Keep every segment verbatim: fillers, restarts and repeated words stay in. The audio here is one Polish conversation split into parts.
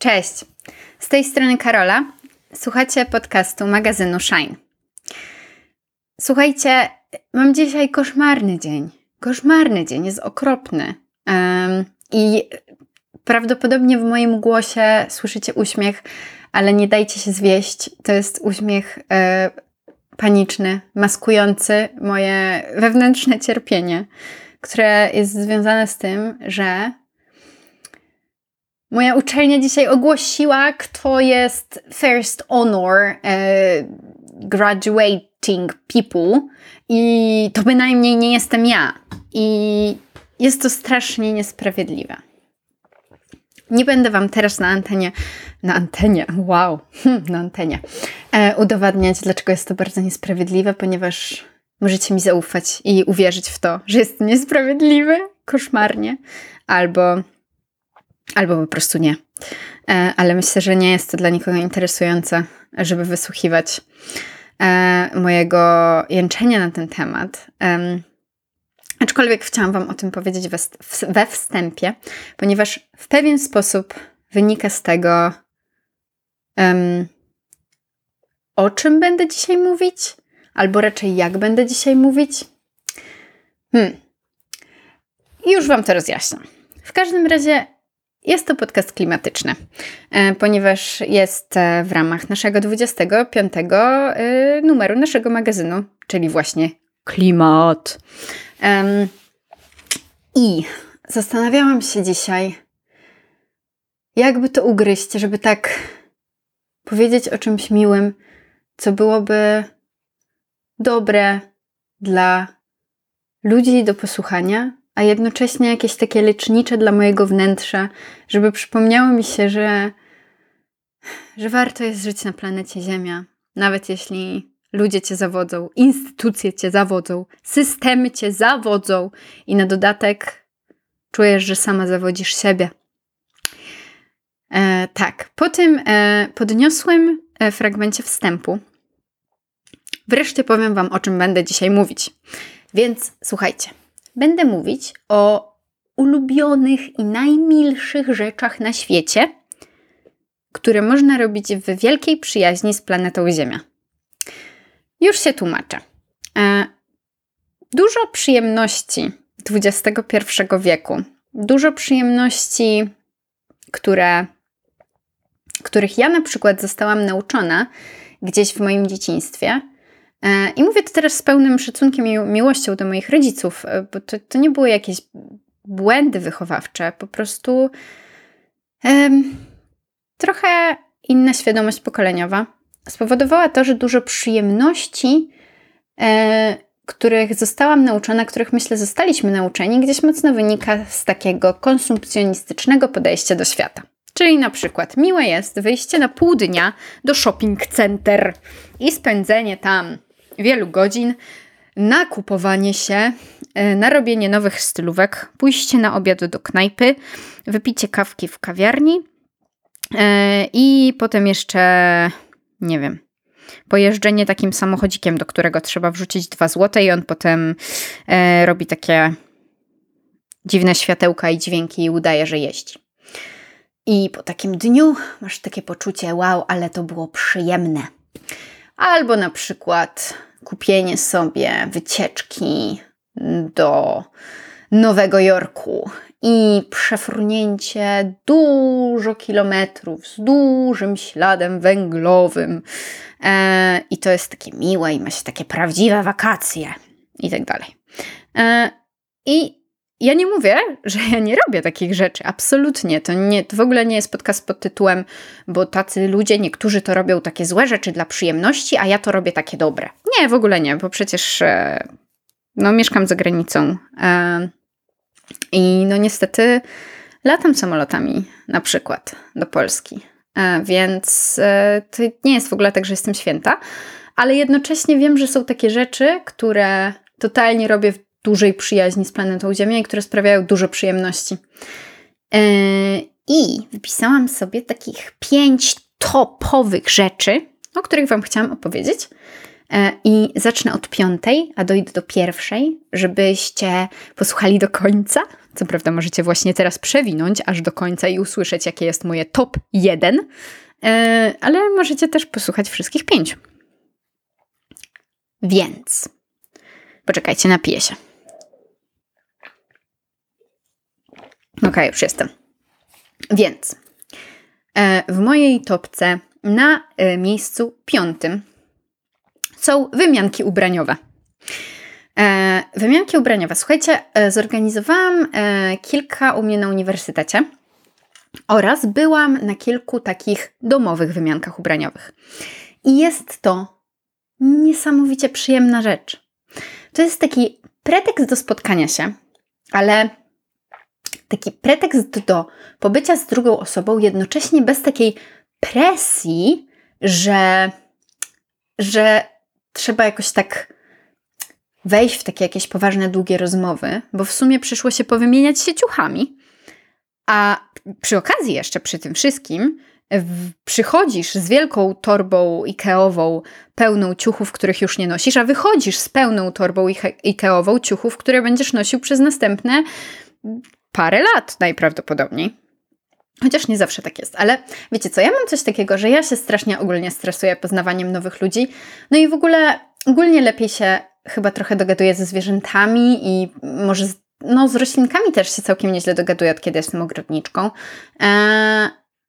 Cześć, z tej strony Karola. Słuchacie podcastu magazynu Shine. Słuchajcie, mam dzisiaj koszmarny dzień. Koszmarny dzień, jest okropny. Um, I prawdopodobnie w moim głosie słyszycie uśmiech, ale nie dajcie się zwieść. To jest uśmiech e, paniczny, maskujący moje wewnętrzne cierpienie, które jest związane z tym, że moja uczelnia dzisiaj ogłosiła, kto jest First Honor e, Graduating People i to bynajmniej nie jestem ja. I jest to strasznie niesprawiedliwe. Nie będę Wam teraz na antenie, na antenie, wow, na antenie, e, udowadniać, dlaczego jest to bardzo niesprawiedliwe, ponieważ możecie mi zaufać i uwierzyć w to, że jest to niesprawiedliwe, koszmarnie, albo... Albo po prostu nie. E, ale myślę, że nie jest to dla nikogo interesujące, żeby wysłuchiwać e, mojego jęczenia na ten temat. E, aczkolwiek chciałam Wam o tym powiedzieć we, we wstępie, ponieważ w pewien sposób wynika z tego, um, o czym będę dzisiaj mówić, albo raczej jak będę dzisiaj mówić. Hmm. I już Wam to rozjaśnię. W każdym razie jest to podcast klimatyczny, ponieważ jest w ramach naszego dwudziestego piątego numeru naszego magazynu, czyli właśnie klimat. I zastanawiałam się dzisiaj, jakby to ugryźć, żeby tak powiedzieć o czymś miłym, co byłoby dobre dla ludzi do posłuchania, a jednocześnie jakieś takie lecznicze dla mojego wnętrza, żeby przypomniało mi się, że, że warto jest żyć na planecie Ziemia. Nawet jeśli ludzie cię zawodzą, instytucje cię zawodzą, systemy cię zawodzą i na dodatek czujesz, że sama zawodzisz siebie. E, tak, po tym e, podniosłym e, fragmencie wstępu wreszcie powiem Wam, o czym będę dzisiaj mówić. Więc słuchajcie. Będę mówić o ulubionych i najmilszych rzeczach na świecie, które można robić w wielkiej przyjaźni z planetą Ziemia. Już się tłumaczę. E, dużo przyjemności dwudziestego pierwszego wieku, dużo przyjemności, które, których ja na przykład zostałam nauczona gdzieś w moim dzieciństwie. I mówię to teraz z pełnym szacunkiem i miłością do moich rodziców, bo to, to nie były jakieś błędy wychowawcze, po prostu um, trochę inna świadomość pokoleniowa spowodowała to, że dużo przyjemności, e, których zostałam nauczona, których myślę zostaliśmy nauczeni, gdzieś mocno wynika z takiego konsumpcjonistycznego podejścia do świata. Czyli na przykład miłe jest wyjście na pół dnia do shopping center i spędzenie tam wielu godzin na kupowanie się, na robienie nowych stylówek, pójście na obiad do knajpy, wypicie kawki w kawiarni i potem jeszcze, nie wiem, pojeżdżenie takim samochodzikiem, do którego trzeba wrzucić dwa złote i on potem robi takie dziwne światełka i dźwięki i udaje, że jeździ. I po takim dniu masz takie poczucie, wow, ale to było przyjemne. Albo na przykład kupienie sobie wycieczki do Nowego Jorku i przefrunięcie dużo kilometrów z dużym śladem węglowym. E, I to jest takie miłe i ma się takie prawdziwe wakacje i tak dalej. E, I Ja nie mówię, że ja nie robię takich rzeczy. Absolutnie. To, nie, to w ogóle nie jest podcast pod tytułem, bo tacy ludzie, niektórzy to robią takie złe rzeczy dla przyjemności, a ja to robię takie dobre. Nie, w ogóle nie, bo przecież e, no, mieszkam za granicą e, i no niestety latam samolotami na przykład do Polski. E, więc e, to nie jest w ogóle tak, że jestem święta, ale jednocześnie wiem, że są takie rzeczy, które totalnie robię w dużej przyjaźni z planetą Ziemia i które sprawiają dużo przyjemności. Yy, I wypisałam sobie takich pięć topowych rzeczy, o których Wam chciałam opowiedzieć. Yy, I zacznę od piątej, a dojdę do pierwszej, żebyście posłuchali do końca, Co prawda możecie właśnie teraz przewinąć aż do końca i usłyszeć, jakie jest moje top jeden, yy, ale możecie też posłuchać wszystkich pięciu. Więc, poczekajcie, napiję się. Okej, okay, już jestem. Więc yy, w mojej topce na yy, miejscu piątym są wymianki ubraniowe. E, wymianki ubraniowe. Słuchajcie, e, zorganizowałam e, kilka u mnie na uniwersytecie oraz byłam na kilku takich domowych wymiankach ubraniowych. I jest to niesamowicie przyjemna rzecz. To jest taki pretekst do spotkania się, ale taki pretekst do pobycia z drugą osobą, jednocześnie bez takiej presji, że, że trzeba jakoś tak wejść w takie jakieś poważne, długie rozmowy, bo w sumie przyszło się powymieniać się ciuchami, a przy okazji jeszcze przy tym wszystkim w, przychodzisz z wielką torbą Ikeową pełną ciuchów, których już nie nosisz, a wychodzisz z pełną torbą Ikeową ciuchów, które będziesz nosił przez następne parę lat najprawdopodobniej. Chociaż nie zawsze tak jest, ale wiecie co, ja mam coś takiego, że ja się strasznie ogólnie stresuję poznawaniem nowych ludzi, no i w ogóle ogólnie lepiej się chyba trochę dogaduję ze zwierzętami i może z, no, z roślinkami też się całkiem nieźle dogaduję, od kiedy jestem ogrodniczką. Eee,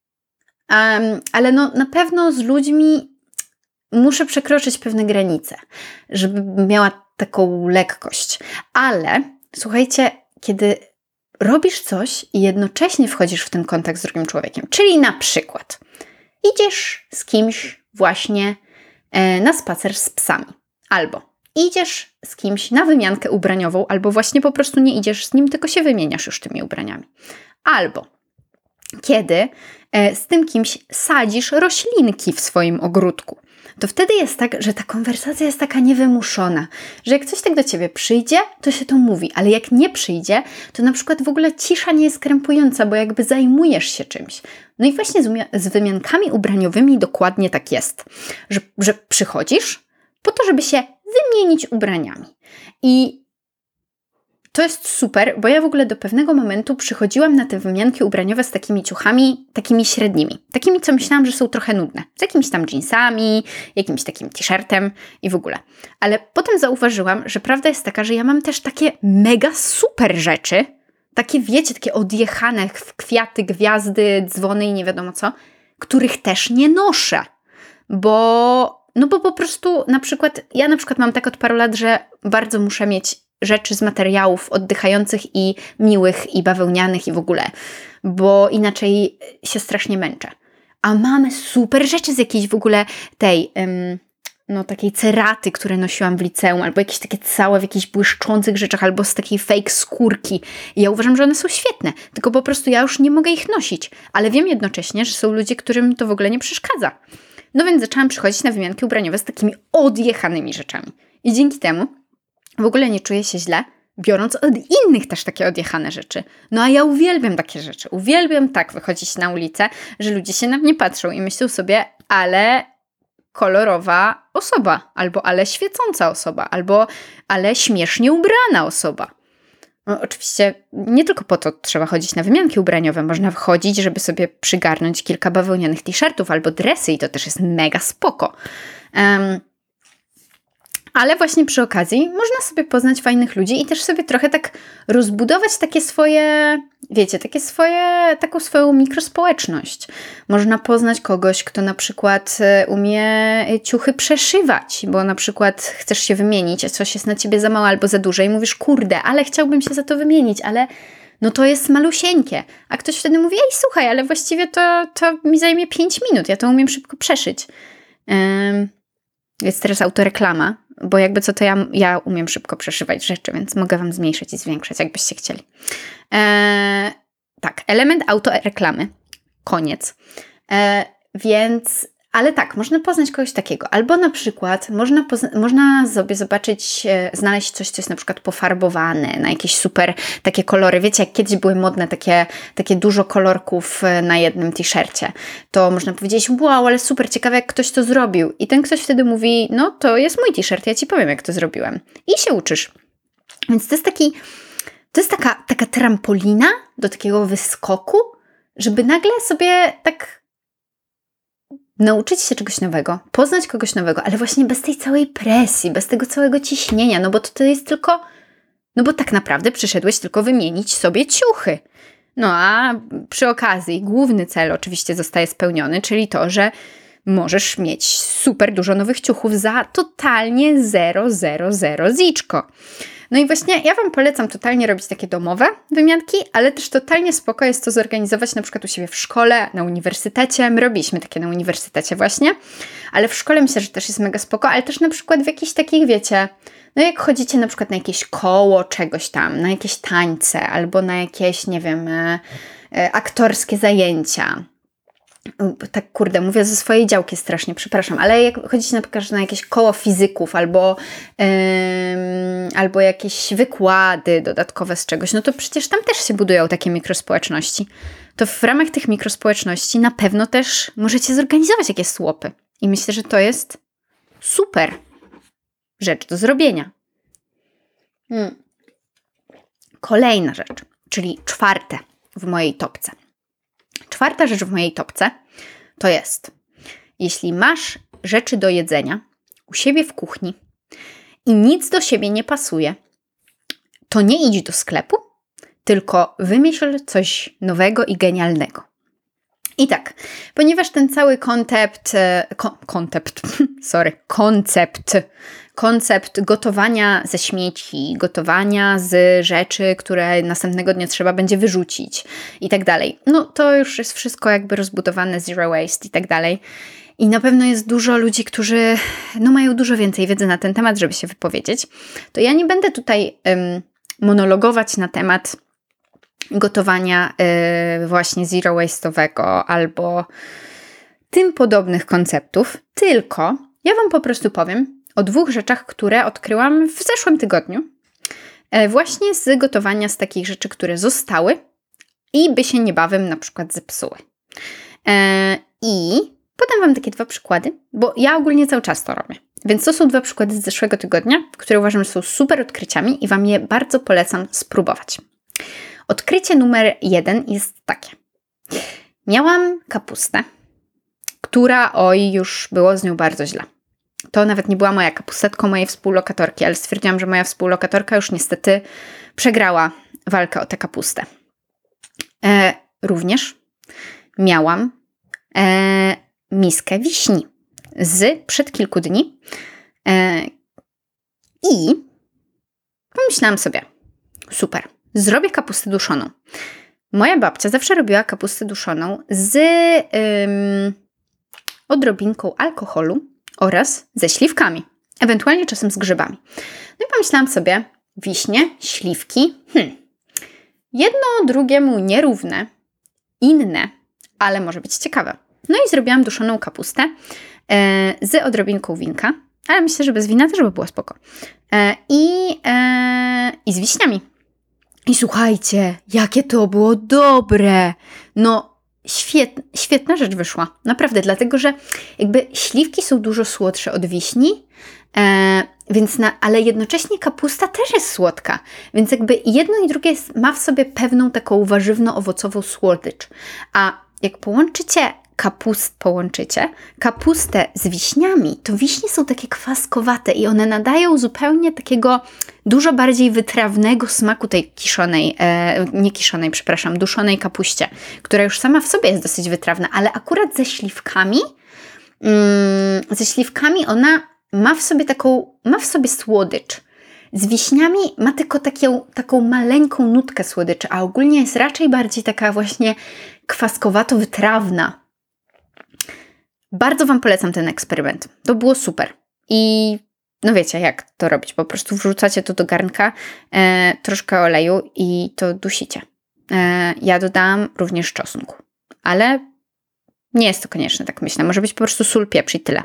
um, ale no, na pewno z ludźmi muszę przekroczyć pewne granice, żeby miała taką lekkość. Ale słuchajcie, kiedy robisz coś i jednocześnie wchodzisz w ten kontakt z drugim człowiekiem, czyli na przykład idziesz z kimś właśnie e, na spacer z psami, albo idziesz z kimś na wymiankę ubraniową, albo właśnie po prostu nie idziesz z nim, tylko się wymieniasz już tymi ubraniami. Albo kiedy e, z tym kimś sadzisz roślinki w swoim ogródku, to wtedy jest tak, że ta konwersacja jest taka niewymuszona, że jak coś tak do ciebie przyjdzie, to się to mówi, ale jak nie przyjdzie, to na przykład w ogóle cisza nie jest krępująca, bo jakby zajmujesz się czymś. No i właśnie z, umia- z wymiankami ubraniowymi dokładnie tak jest, że, że przychodzisz po to, żeby się wymienić ubraniami. I to jest super, bo ja w ogóle do pewnego momentu przychodziłam na te wymianki ubraniowe z takimi ciuchami, takimi średnimi. Takimi, co myślałam, że są trochę nudne. Z jakimiś tam jeansami, jakimś takim t-shirtem i w ogóle. Ale potem zauważyłam, że prawda jest taka, że ja mam też takie mega super rzeczy, takie wiecie, takie odjechane w kwiaty, gwiazdy, dzwony i nie wiadomo co, których też nie noszę. Bo, no bo po prostu na przykład, ja na przykład mam tak od paru lat, że bardzo muszę mieć rzeczy z materiałów oddychających i miłych i bawełnianych i w ogóle, bo inaczej się strasznie męczę. A mamy super rzeczy z jakiejś w ogóle tej, ym, no takiej ceraty, które nosiłam w liceum, albo jakieś takie całe w jakichś błyszczących rzeczach, albo z takiej fake skórki. I ja uważam, że one są świetne, tylko po prostu ja już nie mogę ich nosić, ale wiem jednocześnie, że są ludzie, którym to w ogóle nie przeszkadza. No więc zaczęłam przychodzić na wymianki ubraniowe z takimi odjechanymi rzeczami. I dzięki temu w ogóle nie czuję się źle, biorąc od innych też takie odjechane rzeczy. No a ja uwielbiam takie rzeczy. Uwielbiam tak wychodzić na ulicę, że ludzie się na mnie patrzą i myślą sobie, ale kolorowa osoba, albo ale świecąca osoba, albo ale śmiesznie ubrana osoba. No, oczywiście nie tylko po to trzeba chodzić na wymianki ubraniowe. Można wchodzić, żeby sobie przygarnąć kilka bawełnianych t-shirtów albo dresy i to też jest mega spoko. Um, Ale właśnie przy okazji można sobie poznać fajnych ludzi i też sobie trochę tak rozbudować takie swoje, wiecie, takie swoje, taką swoją mikrospołeczność. Można poznać kogoś, kto na przykład umie ciuchy przeszywać, bo na przykład chcesz się wymienić, a coś jest na ciebie za małe albo za duże i mówisz, kurde, ale chciałbym się za to wymienić, ale no to jest malusieńkie. A ktoś wtedy mówi, ej, słuchaj, ale właściwie to, to mi zajmie pięć minut, ja to umiem szybko przeszyć. Um, jest teraz autoreklama, bo jakby co to ja, ja umiem szybko przeszywać rzeczy, więc mogę wam zmniejszyć i zwiększać, jakbyście chcieli. Eee, tak, element autoreklamy. Koniec. Eee, więc, ale tak, można poznać kogoś takiego. Albo na przykład można, pozna- można sobie zobaczyć, e, znaleźć coś, co jest na przykład pofarbowane na jakieś super takie kolory. Wiecie, jak kiedyś były modne takie, takie dużo kolorków na jednym t-shircie, to można powiedzieć, wow, ale super, ciekawe jak ktoś to zrobił. I ten ktoś wtedy mówi, no to jest mój t-shirt, ja ci powiem jak to zrobiłem. I się uczysz. Więc to jest taki to jest taka, taka trampolina do takiego wyskoku, żeby nagle sobie tak nauczyć się czegoś nowego, poznać kogoś nowego, ale właśnie bez tej całej presji, bez tego całego ciśnienia, no bo to, to jest tylko, no bo tak naprawdę przyszedłeś tylko wymienić sobie ciuchy. No a przy okazji główny cel oczywiście zostaje spełniony, czyli to, że możesz mieć super dużo nowych ciuchów za totalnie zero, zero, zero ziczko. No i właśnie ja Wam polecam totalnie robić takie domowe wymianki, ale też totalnie spoko jest to zorganizować na przykład u siebie w szkole, na uniwersytecie. My robiliśmy takie na uniwersytecie właśnie, ale w szkole myślę, że też jest mega spoko, ale też na przykład w jakichś takich, wiecie, no jak chodzicie na przykład na jakieś koło czegoś tam, na jakieś tańce albo na jakieś, nie wiem, e, e, aktorskie zajęcia. Tak, kurde, mówię ze swojej działki strasznie, przepraszam, ale jak chodzicie na przykład na jakieś koło fizyków albo, yy, albo jakieś wykłady dodatkowe z czegoś, no to przecież tam też się budują takie mikrospołeczności. To w ramach tych mikrospołeczności na pewno też możecie zorganizować jakieś słupy. I myślę, że to jest super rzecz do zrobienia. Hmm. Kolejna rzecz, czyli czwarte w mojej topce. Czwarta rzecz w mojej topce to jest, jeśli masz rzeczy do jedzenia u siebie w kuchni i nic do siebie nie pasuje, to nie idź do sklepu, tylko wymyśl coś nowego i genialnego. I tak, ponieważ ten cały koncept, ko, koncept, sorry, koncept, koncept gotowania ze śmieci, gotowania z rzeczy, które następnego dnia trzeba będzie wyrzucić i tak dalej. No to już jest wszystko jakby rozbudowane, zero waste i tak dalej. I na pewno jest dużo ludzi, którzy no, mają dużo więcej wiedzy na ten temat, żeby się wypowiedzieć. To ja nie będę tutaj um, monologować na temat gotowania yy, właśnie zero waste'owego albo tym podobnych konceptów, tylko ja Wam po prostu powiem o dwóch rzeczach, które odkryłam w zeszłym tygodniu. Yy, właśnie z gotowania z takich rzeczy, które zostały i by się niebawem na przykład zepsuły. Yy, I podam Wam takie dwa przykłady, bo ja ogólnie cały czas to robię. Więc to są dwa przykłady z zeszłego tygodnia, które uważam, że są super odkryciami i Wam je bardzo polecam spróbować. Odkrycie numer jeden jest takie. Miałam kapustę, która, oj, już było z nią bardzo źle. To nawet nie była moja kapusta, tylko mojej współlokatorki, ale stwierdziłam, że moja współlokatorka już niestety przegrała walkę o tę kapustę. E, również miałam e, miskę wiśni z przed kilku dni e, i pomyślałam sobie, super, zrobię kapustę duszoną. Moja babcia zawsze robiła kapustę duszoną z ym, odrobinką alkoholu oraz ze śliwkami, ewentualnie czasem z grzybami. No i pomyślałam sobie, wiśnie, śliwki, hmm, jedno drugiemu nierówne, inne, ale może być ciekawe. No i zrobiłam duszoną kapustę e, z odrobinką winka, ale myślę, że bez wina też by było spoko. E, i, e, I z wiśniami. I słuchajcie, jakie to było dobre! No, świet, świetna rzecz wyszła. Naprawdę, dlatego, że jakby śliwki są dużo słodsze od wiśni, e, więc na, ale jednocześnie kapusta też jest słodka. Więc jakby jedno i drugie jest, ma w sobie pewną taką warzywno-owocową słodycz. A jak połączycie kapust, połączycie kapustę z wiśniami, to wiśnie są takie kwaskowate i one nadają zupełnie takiego dużo bardziej wytrawnego smaku tej kiszonej, e, nie kiszonej, przepraszam, duszonej kapuście, która już sama w sobie jest dosyć wytrawna, ale akurat ze śliwkami, mm, ze śliwkami ona ma w sobie taką, ma w sobie słodycz. Z wiśniami ma tylko taką, taką maleńką nutkę słodyczy, a ogólnie jest raczej bardziej taka właśnie kwaskowato-wytrawna. Bardzo Wam polecam ten eksperyment. To było super. I no wiecie, jak to robić. Po prostu wrzucacie to do garnka, e, troszkę oleju i to dusicie. E, ja dodałam również czosnku. Ale nie jest to konieczne, tak myślę. Może być po prostu sól, pieprz i tyle.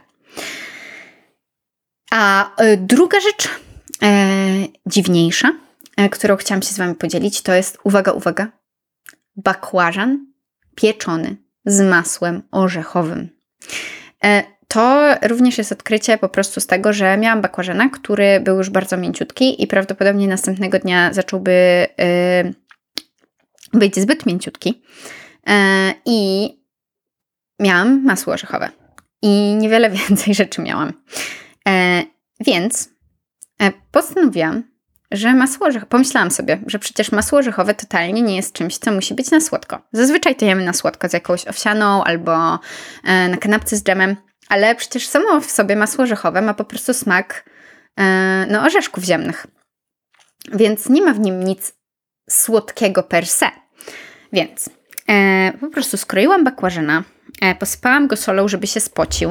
A e, druga rzecz, e, dziwniejsza, e, którą chciałam się z Wami podzielić, to jest, uwaga, uwaga, bakłażan pieczony z masłem orzechowym. E, to również jest odkrycie po prostu z tego, że miałam bakłażana, który był już bardzo mięciutki i prawdopodobnie następnego dnia zacząłby yy, być zbyt mięciutki. Yy, I miałam masło orzechowe. I niewiele więcej rzeczy miałam. Yy, więc yy, postanowiłam, że masło orzechowe, pomyślałam sobie, że przecież masło orzechowe totalnie nie jest czymś, co musi być na słodko. Zazwyczaj to jemy na słodko z jakąś owsianą albo yy, na kanapce z dżemem. Ale przecież samo w sobie masło orzechowe ma po prostu smak yy, no, orzeszków ziemnych. Więc nie ma w nim nic słodkiego per se. Więc yy, po prostu skroiłam bakłażana, yy, posypałam go solą, żeby się spocił.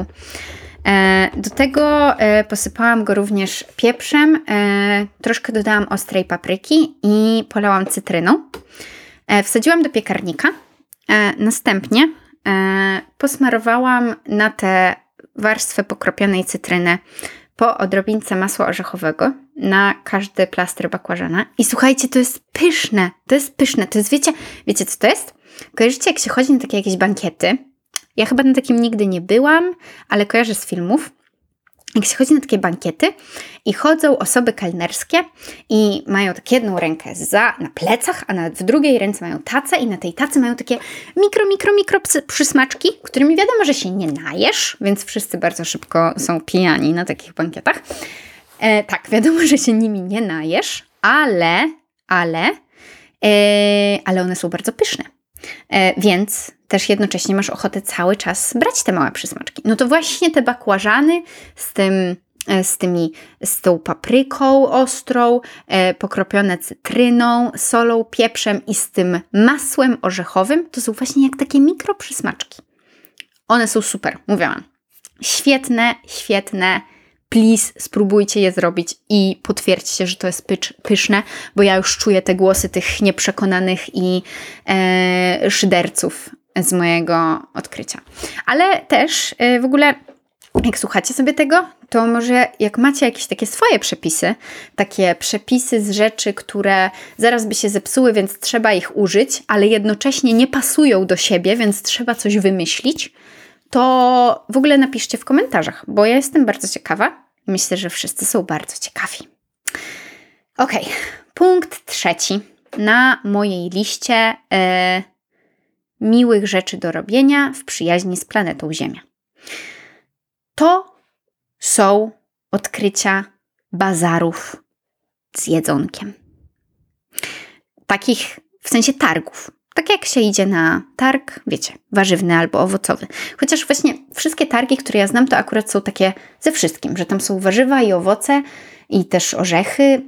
Yy, do tego yy, posypałam go również pieprzem, yy, troszkę dodałam ostrej papryki i polałam cytryną. Yy, wsadziłam do piekarnika. Yy, następnie yy, posmarowałam na tę warstwę pokropionej cytryny po odrobince masła orzechowego na każdy plaster bakłażana. I słuchajcie, to jest pyszne, to jest pyszne, to jest, wiecie, wiecie co to jest? Kojarzycie, jak się chodzi na takie jakieś bankiety? Ja chyba na takim nigdy nie byłam, ale kojarzę z filmów. Jak się chodzi na takie bankiety i chodzą osoby kelnerskie i mają tak jedną rękę za, na plecach, a na, w drugiej ręce mają tacę i na tej tacy mają takie mikro, mikro, mikro przysmaczki, którymi wiadomo, że się nie najesz, więc wszyscy bardzo szybko są pijani na takich bankietach. E, tak, wiadomo, że się nimi nie najesz, ale, ale, e, ale one są bardzo pyszne. E, więc też jednocześnie masz ochotę cały czas brać te małe przysmaczki. No to właśnie te bakłażany z tym, z tymi, z tą papryką ostrą, e, pokropione cytryną, solą, pieprzem i z tym masłem orzechowym, to są właśnie jak takie mikro przysmaczki. One są super, mówiłam. Świetne, świetne. Please, spróbujcie je zrobić i potwierdźcie, że to jest pycz, pyszne, bo ja już czuję te głosy tych nieprzekonanych i e, szyderców z mojego odkrycia. Ale też e, w ogóle, jak słuchacie sobie tego, to może jak macie jakieś takie swoje przepisy, takie przepisy z rzeczy, które zaraz by się zepsuły, więc trzeba ich użyć, ale jednocześnie nie pasują do siebie, więc trzeba coś wymyślić, to w ogóle napiszcie w komentarzach, bo ja jestem bardzo ciekawa. Myślę, że wszyscy są bardzo ciekawi. Ok, punkt trzeci na mojej liście e, miłych rzeczy do robienia w przyjaźni z planetą Ziemia. To są odkrycia bazarów z jedzonkiem. Takich w sensie targów. Tak jak się idzie na targ, wiecie, warzywny albo owocowy. Chociaż właśnie wszystkie targi, które ja znam, to akurat są takie ze wszystkim, że tam są warzywa i owoce i też orzechy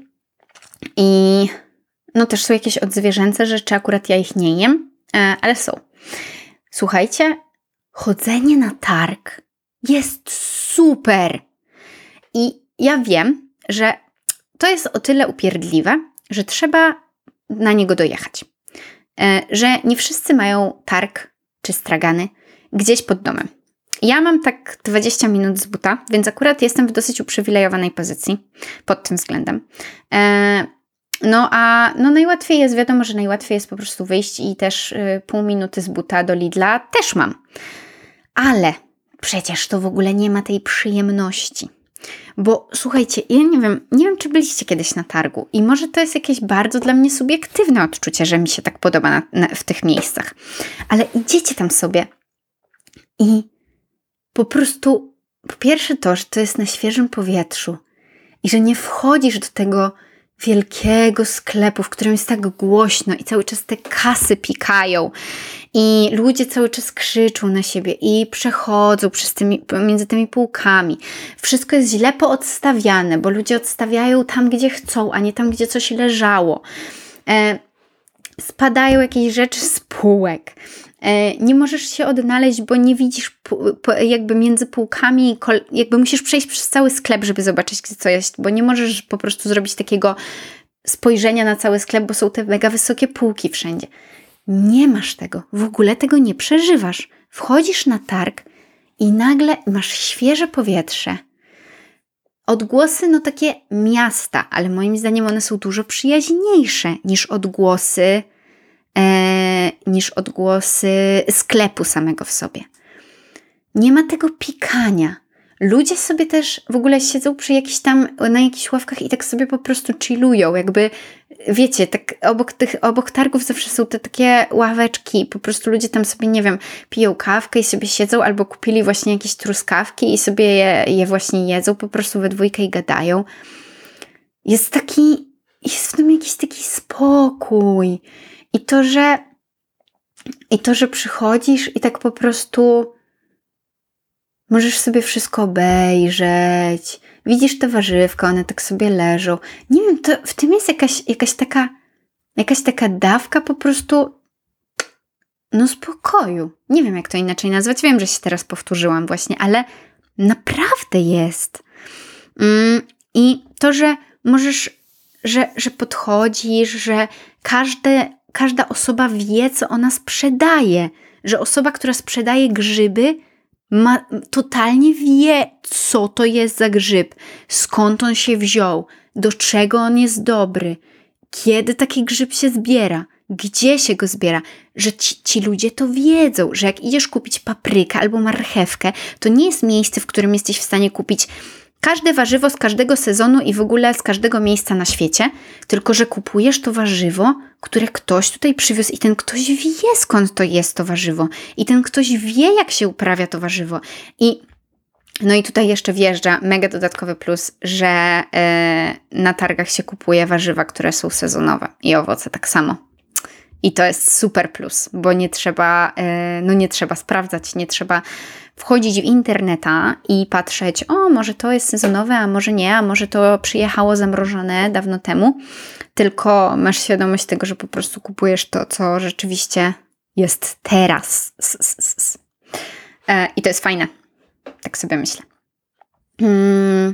i no też są jakieś odzwierzęce rzeczy, akurat ja ich nie jem, ale są. Słuchajcie, chodzenie na targ jest super. I ja wiem, że to jest o tyle upierdliwe, że trzeba na niego dojechać. Że nie wszyscy mają targ czy stragany gdzieś pod domem. Ja mam tak dwadzieścia minut z buta, więc akurat jestem w dosyć uprzywilejowanej pozycji pod tym względem. No a no najłatwiej jest, wiadomo, że najłatwiej jest po prostu wyjść i też pół minuty z buta do Lidla też mam. Ale przecież to w ogóle nie ma tej przyjemności. Bo słuchajcie, ja nie wiem, nie wiem, czy byliście kiedyś na targu i może to jest jakieś bardzo dla mnie subiektywne odczucie, że mi się tak podoba na, na, w tych miejscach. Ale idziecie tam sobie i po prostu po pierwsze to, że to jest na świeżym powietrzu i że nie wchodzisz do tego wielkiego sklepu, w którym jest tak głośno i cały czas te kasy pikają i ludzie cały czas krzyczą na siebie i przechodzą przez tymi, między tymi półkami. Wszystko jest źle poodstawiane, bo ludzie odstawiają tam, gdzie chcą, a nie tam, gdzie coś leżało. E, spadają jakieś rzeczy z półek. E, nie możesz się odnaleźć, bo nie widzisz pu- po, jakby między półkami, kol- jakby musisz przejść przez cały sklep, żeby zobaczyć, gdzie co jest, bo nie możesz po prostu zrobić takiego spojrzenia na cały sklep, bo są te mega wysokie półki wszędzie. Nie masz tego, w ogóle tego nie przeżywasz. Wchodzisz na targ i nagle masz świeże powietrze. Odgłosy, no takie miasta, ale moim zdaniem one są dużo przyjaźniejsze niż odgłosy, e, niż odgłosy sklepu samego w sobie. nie ma tego pikania. Ludzie sobie też w ogóle siedzą przy jakichś tam, na jakichś ławkach i tak sobie po prostu chillują, jakby, wiecie, tak obok tych, obok targów zawsze są te takie ławeczki, po prostu ludzie tam sobie, nie wiem, piją kawkę i sobie siedzą, albo kupili właśnie jakieś truskawki i sobie je, je właśnie jedzą, po prostu we dwójkę i gadają. Jest taki, jest w tym jakiś taki spokój. I to, że i to, że przychodzisz i tak po prostu możesz sobie wszystko obejrzeć, widzisz te warzywka, one tak sobie leżą. Nie wiem, to w tym jest jakaś, jakaś taka jakaś taka dawka po prostu no spokoju. Nie wiem, jak to inaczej nazwać. Wiem, że się teraz powtórzyłam właśnie, ale naprawdę jest. Mm, I to, że możesz, że, że podchodzisz, że każde, każda osoba wie, co ona sprzedaje. Że osoba, która sprzedaje grzyby, ma, totalnie wie, co to jest za grzyb, skąd on się wziął, do czego on jest dobry, kiedy taki grzyb się zbiera, gdzie się go zbiera, że ci, ci ludzie to wiedzą, że jak idziesz kupić paprykę albo marchewkę, to nie jest miejsce, w którym jesteś w stanie kupić każde warzywo z każdego sezonu i w ogóle z każdego miejsca na świecie, tylko że kupujesz to warzywo, które ktoś tutaj przywiózł i ten ktoś wie, skąd to jest to warzywo i ten ktoś wie, jak się uprawia to warzywo. I no i tutaj jeszcze wjeżdża mega dodatkowy plus, że yy, na targach się kupuje warzywa, które są sezonowe i owoce tak samo. I to jest super plus, bo nie trzeba, yy, no nie trzeba sprawdzać, nie trzeba wchodzić w interneta i patrzeć, o może to jest sezonowe, a może nie, a może to przyjechało zamrożone dawno temu, tylko masz świadomość tego, że po prostu kupujesz to, co rzeczywiście jest teraz. Yy, I to jest fajne. Tak sobie myślę. Hmm.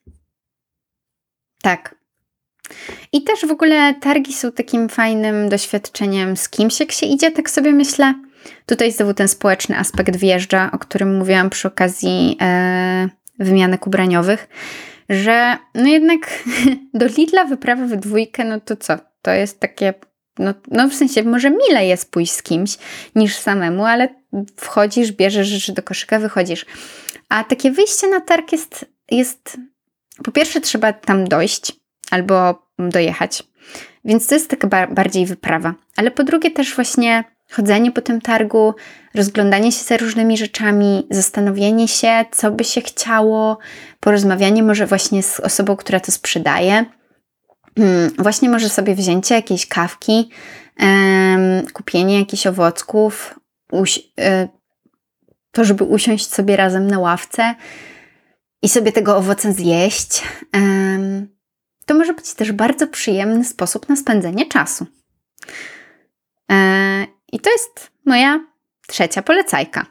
Tak. I też w ogóle targi są takim fajnym doświadczeniem z kimś, jak się idzie, tak sobie myślę. Tutaj znowu ten społeczny aspekt wjeżdża, o którym mówiłam przy okazji e, wymianek ubraniowych, że no jednak do Lidla wyprawa we dwójkę, no to co? To jest takie, no, no w sensie może mile jest pójść z kimś niż samemu, ale wchodzisz, bierzesz rzeczy do koszyka, wychodzisz. A takie wyjście na targ jest, jest po pierwsze trzeba tam dojść albo dojechać, więc to jest taka ba- bardziej wyprawa. Ale po drugie też właśnie chodzenie po tym targu, rozglądanie się za różnymi rzeczami, zastanowienie się, co by się chciało, porozmawianie może właśnie z osobą, która to sprzedaje. Hmm, właśnie może sobie wzięcie jakiejś kawki, um, kupienie jakichś owocków, uś- y- to, żeby usiąść sobie razem na ławce i sobie tego owoca zjeść, um, to może być też bardzo przyjemny sposób na spędzenie czasu. E, I to jest moja trzecia polecajka.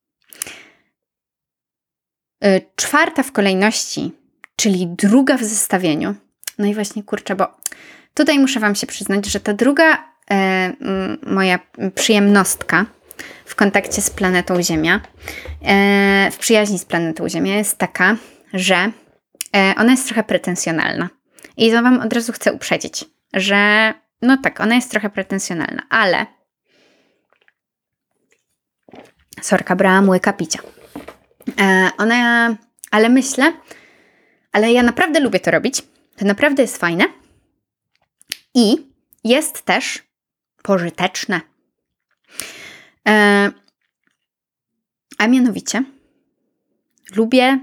E, czwarta w kolejności, czyli druga w zestawieniu. No i właśnie, kurczę, bo tutaj muszę Wam się przyznać, że ta druga e, m, moja przyjemnostka w kontakcie z planetą Ziemia, e, w przyjaźni z planetą Ziemia jest taka, że e, ona jest trochę pretensjonalna. I to Wam od razu chcę uprzedzić, że no tak, ona jest trochę pretensjonalna, ale sorka, brałam łyka picia. E, ona, ale myślę, ale ja naprawdę lubię to robić. To naprawdę jest fajne i jest też pożyteczne. E, a mianowicie lubię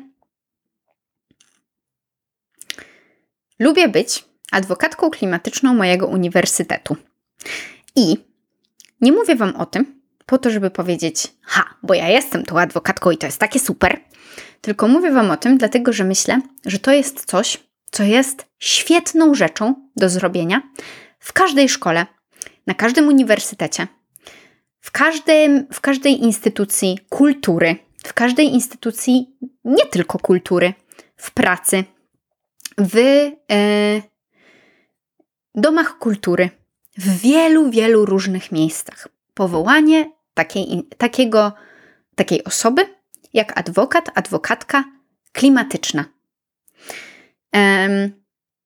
Lubię być adwokatką klimatyczną mojego uniwersytetu. I nie mówię Wam o tym po to, żeby powiedzieć, ha, bo ja jestem tą adwokatką i to jest takie super, tylko mówię Wam o tym, dlatego że myślę, że to jest coś, co jest świetną rzeczą do zrobienia w każdej szkole, na każdym uniwersytecie, w, każdym, w każdej instytucji kultury, w każdej instytucji nie tylko kultury, w pracy, w e, domach kultury, w wielu, wielu różnych miejscach. Powołanie takiej, takiego, takiej osoby jak adwokat, adwokatka klimatyczna. Um,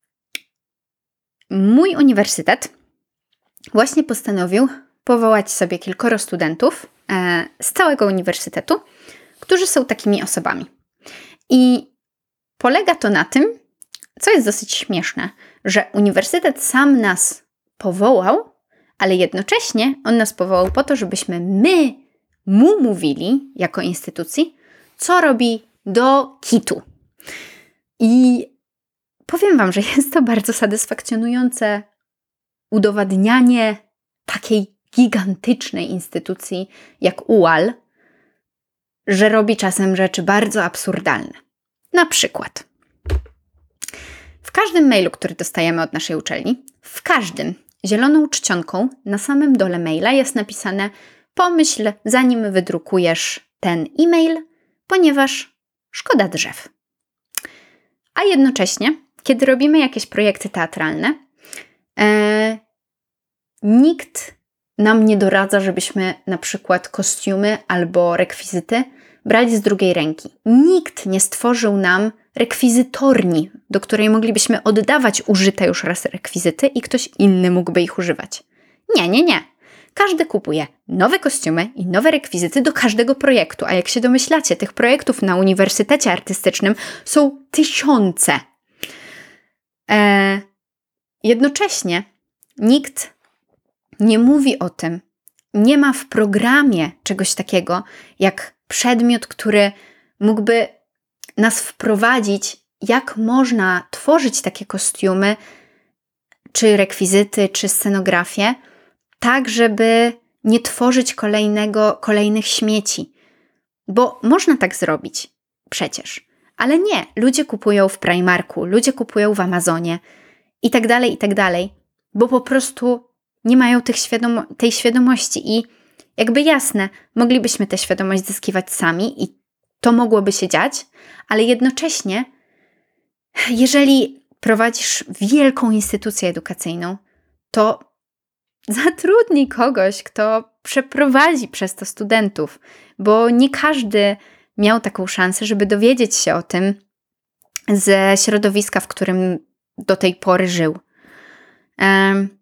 mój uniwersytet właśnie postanowił powołać sobie kilkoro studentów e, z całego uniwersytetu, którzy są takimi osobami. I polega to na tym, co jest dosyć śmieszne, że uniwersytet sam nas powołał, ale jednocześnie on nas powołał po to, żebyśmy my mu mówili, jako instytucji, co robi do kitu. I powiem wam, że jest to bardzo satysfakcjonujące udowadnianie takiej gigantycznej instytucji jak U A L, że robi czasem rzeczy bardzo absurdalne. Na przykład w każdym mailu, który dostajemy od naszej uczelni, w każdym zieloną czcionką na samym dole maila jest napisane: pomyśl, zanim wydrukujesz ten e-mail, ponieważ szkoda drzew. A jednocześnie, kiedy robimy jakieś projekty teatralne, e, nikt nam nie doradza, żebyśmy na przykład kostiumy albo rekwizyty brali z drugiej ręki. Nikt nie stworzył nam rekwizytorni, do której moglibyśmy oddawać użyte już raz rekwizyty i ktoś inny mógłby ich używać. Nie, nie, nie. Każdy kupuje nowe kostiumy i nowe rekwizyty do każdego projektu, a jak się domyślacie, tych projektów na Uniwersytecie Artystycznym są tysiące. Eee, jednocześnie nikt nie mówi o tym, nie ma w programie czegoś takiego jak przedmiot, który mógłby nas wprowadzić, jak można tworzyć takie kostiumy, czy rekwizyty, czy scenografię, tak, żeby nie tworzyć kolejnego, kolejnych śmieci. Bo można tak zrobić, przecież. Ale nie, ludzie kupują w Primarku, ludzie kupują w Amazonie i tak dalej, i tak dalej, bo po prostu nie mają tych świadomo- tej świadomości i jakby jasne, moglibyśmy tę świadomość zyskiwać sami i to mogłoby się dziać, ale jednocześnie, jeżeli prowadzisz wielką instytucję edukacyjną, to zatrudnij kogoś, kto przeprowadzi przez to studentów, bo nie każdy miał taką szansę, żeby dowiedzieć się o tym ze środowiska, w którym do tej pory żył. Um,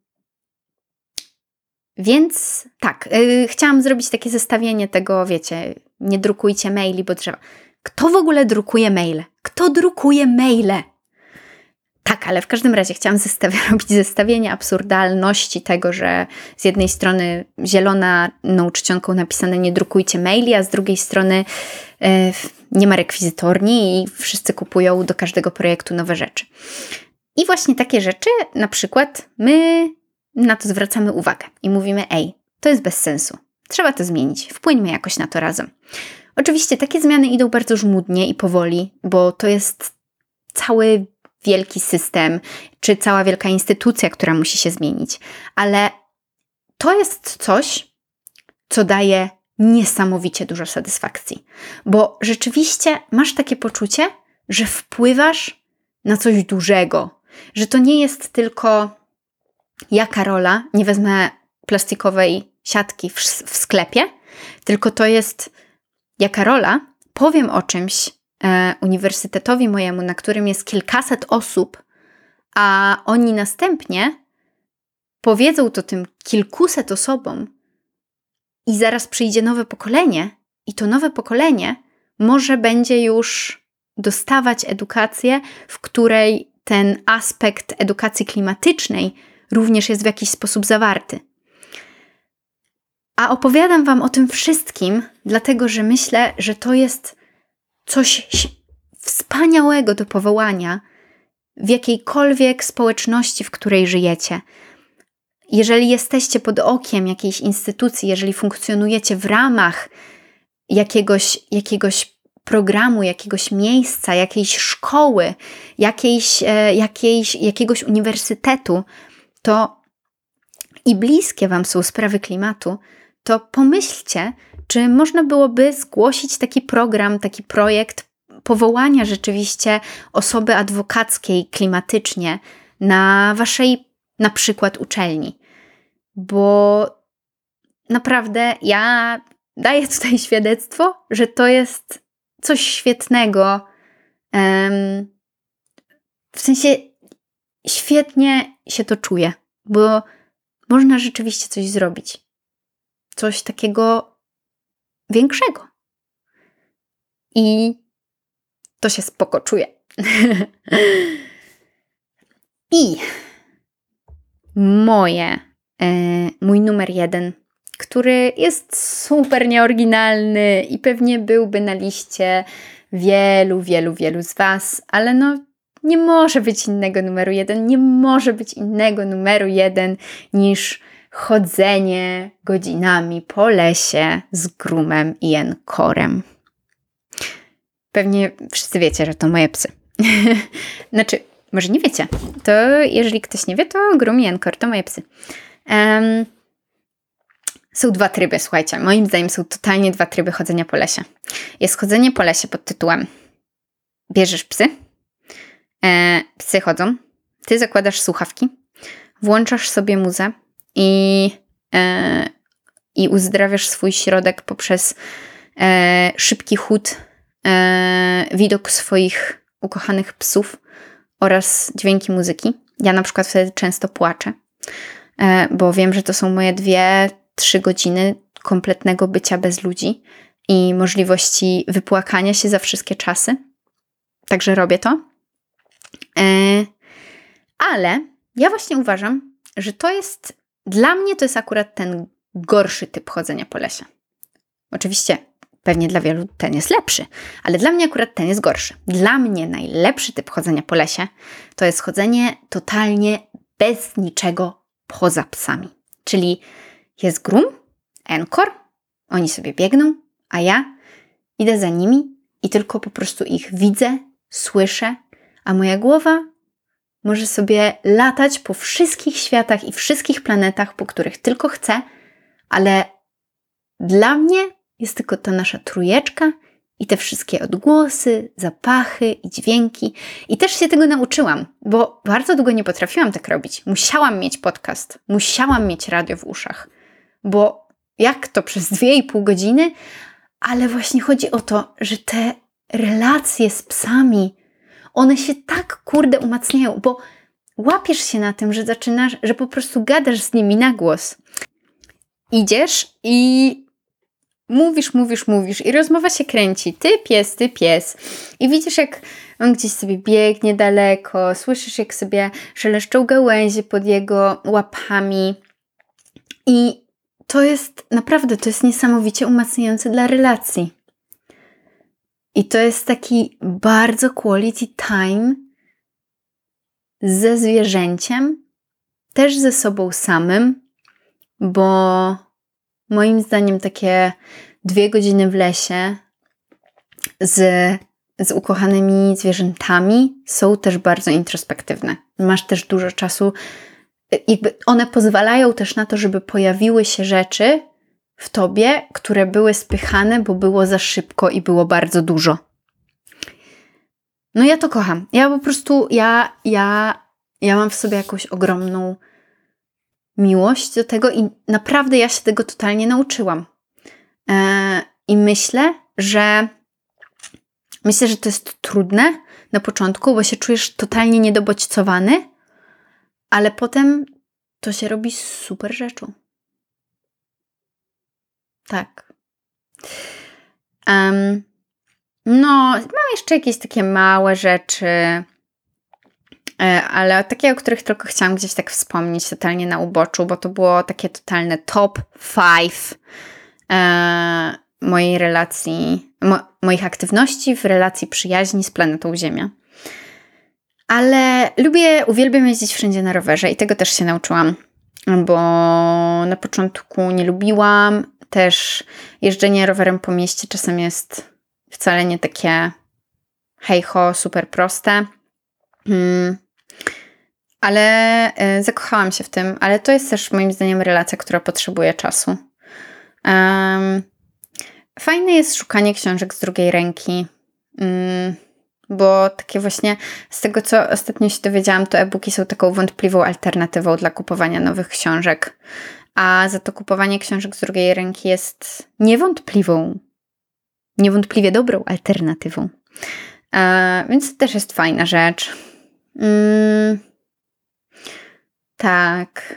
Więc tak, yy, chciałam zrobić takie zestawienie tego, wiecie, nie drukujcie maili, bo drzewa. Kto w ogóle drukuje maile? Kto drukuje maile? Tak, ale w każdym razie chciałam zestawi- robić zestawienie absurdalności tego, że z jednej strony zieloną czcionką napisane nie drukujcie maili, a z drugiej strony yy, nie ma rekwizytorni i wszyscy kupują do każdego projektu nowe rzeczy. I właśnie takie rzeczy, na przykład my na to zwracamy uwagę i mówimy: ej, to jest bez sensu, trzeba to zmienić, wpłyńmy jakoś na to razem. Oczywiście takie zmiany idą bardzo żmudnie i powoli, bo to jest cały wielki system, czy cała wielka instytucja, która musi się zmienić, ale to jest coś, co daje niesamowicie dużo satysfakcji, bo rzeczywiście masz takie poczucie, że wpływasz na coś dużego, że to nie jest tylko ja, Karola, nie wezmę plastikowej siatki w, w sklepie, tylko to jest ja, Karola, powiem o czymś e, uniwersytetowi mojemu, na którym jest kilkaset osób, a oni następnie powiedzą to tym kilkuset osobom i zaraz przyjdzie nowe pokolenie i to nowe pokolenie może będzie już dostawać edukację, w której ten aspekt edukacji klimatycznej również jest w jakiś sposób zawarty. A opowiadam wam o tym wszystkim, dlatego że myślę, że to jest coś wspaniałego do powołania w jakiejkolwiek społeczności, w której żyjecie. Jeżeli jesteście pod okiem jakiejś instytucji, jeżeli funkcjonujecie w ramach jakiegoś, jakiegoś programu, jakiegoś miejsca, jakiejś szkoły, jakiejś, e, jakiejś, jakiegoś uniwersytetu, to i bliskie wam są sprawy klimatu, to pomyślcie, czy można byłoby zgłosić taki program, taki projekt powołania rzeczywiście osoby adwokackiej klimatycznie na waszej na przykład uczelni. Bo naprawdę ja daję tutaj świadectwo, że to jest coś świetnego. Um, w sensie świetnie się to czuje, bo można rzeczywiście coś zrobić. Coś takiego większego. i to się spoko czuje. I moje, e, mój numer jeden, który jest super nieoryginalny i pewnie byłby na liście wielu, wielu, wielu z Was, ale no nie może być innego numeru jeden, nie może być innego numeru jeden niż chodzenie godzinami po lesie z Grumem i Encorem. Pewnie wszyscy wiecie, że to moje psy. Znaczy, może nie wiecie. To jeżeli ktoś nie wie, to Grum i Encor to moje psy. Um, są dwa tryby, słuchajcie. Moim zdaniem są totalnie dwa tryby chodzenia po lesie. Jest chodzenie po lesie pod tytułem bierzesz psy, e, psy chodzą, ty zakładasz słuchawki, włączasz sobie muzę i, e, i uzdrawiasz swój środek poprzez e, szybki chód, e, widok swoich ukochanych psów oraz dźwięki muzyki. Ja na przykład wtedy często płaczę, e, bo wiem, że to są moje dwie, trzy godziny kompletnego bycia bez ludzi i możliwości wypłakania się za wszystkie czasy. Także robię to. E, ale ja właśnie uważam, że to jest, dla mnie to jest akurat ten gorszy typ chodzenia po lesie. Oczywiście pewnie dla wielu ten jest lepszy, ale dla mnie akurat ten jest gorszy. Dla mnie najlepszy typ chodzenia po lesie to jest chodzenie totalnie bez niczego poza psami. Czyli jest Grum, Encor, oni sobie biegną, a ja idę za nimi i tylko po prostu ich widzę, słyszę, a moja głowa może sobie latać po wszystkich światach i wszystkich planetach, po których tylko chce, ale dla mnie jest tylko ta nasza trójeczka i te wszystkie odgłosy, zapachy i dźwięki. I też się tego nauczyłam, bo bardzo długo nie potrafiłam tak robić. Musiałam mieć podcast, musiałam mieć radio w uszach, bo jak to przez dwie i pół godziny? Ale właśnie chodzi o to, że te relacje z psami, one się tak kurde umacniają, bo łapiesz się na tym, że zaczynasz, że po prostu gadasz z nimi na głos. Idziesz i mówisz, mówisz, mówisz i rozmowa się kręci. Ty pies, ty pies. I widzisz, jak on gdzieś sobie biegnie daleko, słyszysz, jak sobie szeleszczą gałęzie pod jego łapami. I to jest naprawdę, to jest niesamowicie umacniające dla relacji. I to jest taki bardzo quality time ze zwierzęciem, też ze sobą samym, bo moim zdaniem takie dwie godziny w lesie z, z ukochanymi zwierzętami są też bardzo introspektywne. Masz też dużo czasu, jakby one pozwalają też na to, żeby pojawiły się rzeczy w tobie, które były spychane, bo było za szybko i było bardzo dużo. No ja to kocham. Ja po prostu, ja, ja, ja mam w sobie jakąś ogromną miłość do tego i naprawdę ja się tego totalnie nauczyłam. Eee, I myślę, że myślę, że to jest trudne na początku, bo się czujesz totalnie niedobodźcowany, ale potem to się robi super rzeczą. Tak. Um, no, mam jeszcze jakieś takie małe rzeczy, ale takie, o których tylko chciałam gdzieś tak wspomnieć totalnie na uboczu, bo to było takie totalne top five e, mojej relacji, mo, moich aktywności w relacji przyjaźni z planetą Ziemia. Ale lubię, uwielbiam jeździć wszędzie na rowerze i tego też się nauczyłam, bo na początku nie lubiłam. Też jeżdżenie rowerem po mieście czasem jest wcale nie takie hej ho, super proste. Hmm. Ale y, zakochałam się w tym, ale to jest też moim zdaniem relacja, która potrzebuje czasu. Um, fajne jest szukanie książek z drugiej ręki, um, bo takie właśnie z tego, co ostatnio się dowiedziałam, to e-booki są taką wątpliwą alternatywą dla kupowania nowych książek, a za to kupowanie książek z drugiej ręki jest niewątpliwą, niewątpliwie dobrą alternatywą. E, więc to też jest fajna rzecz. Um, Tak.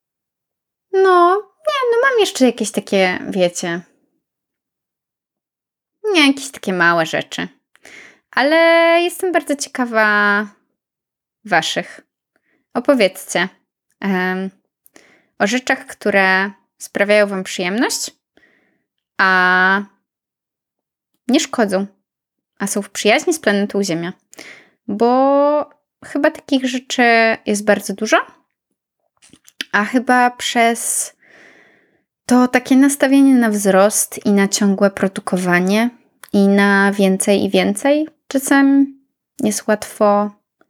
No, nie, no mam jeszcze jakieś takie, wiecie, Nie, jakieś takie małe rzeczy. Ale jestem bardzo ciekawa waszych. Opowiedzcie um, o rzeczach, które sprawiają wam przyjemność, a nie szkodzą, a są w przyjaźni z planetą Ziemia. Bo chyba takich rzeczy jest bardzo dużo, a chyba przez to takie nastawienie na wzrost i na ciągłe produkowanie i na więcej i więcej, czasem jest łatwo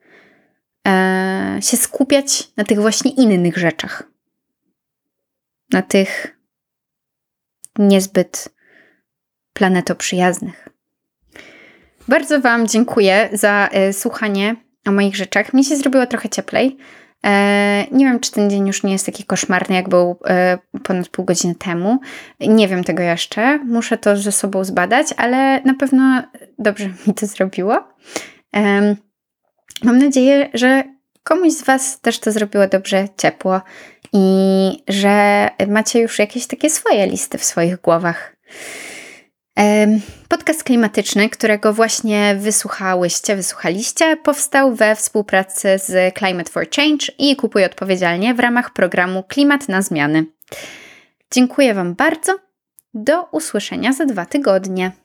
e, się skupiać na tych właśnie innych rzeczach. Na tych niezbyt planetoprzyjaznych. Bardzo wam dziękuję za e, słuchanie o moich rzeczach. Mi się zrobiło trochę cieplej. E, nie wiem, czy ten dzień już nie jest taki koszmarny, jak był e, ponad pół godziny temu. Nie wiem tego jeszcze. Muszę to ze sobą zbadać, ale na pewno dobrze mi to zrobiło. E, mam nadzieję, że komuś z was też to zrobiło dobrze, ciepło i że macie już jakieś takie swoje listy w swoich głowach. Podcast klimatyczny, którego właśnie wysłuchałyście, wysłuchaliście, powstał we współpracy z Climate for Change i Kupuj Odpowiedzialnie w ramach programu Klimat na Zmiany. Dziękuję wam bardzo. Do usłyszenia za dwa tygodnie.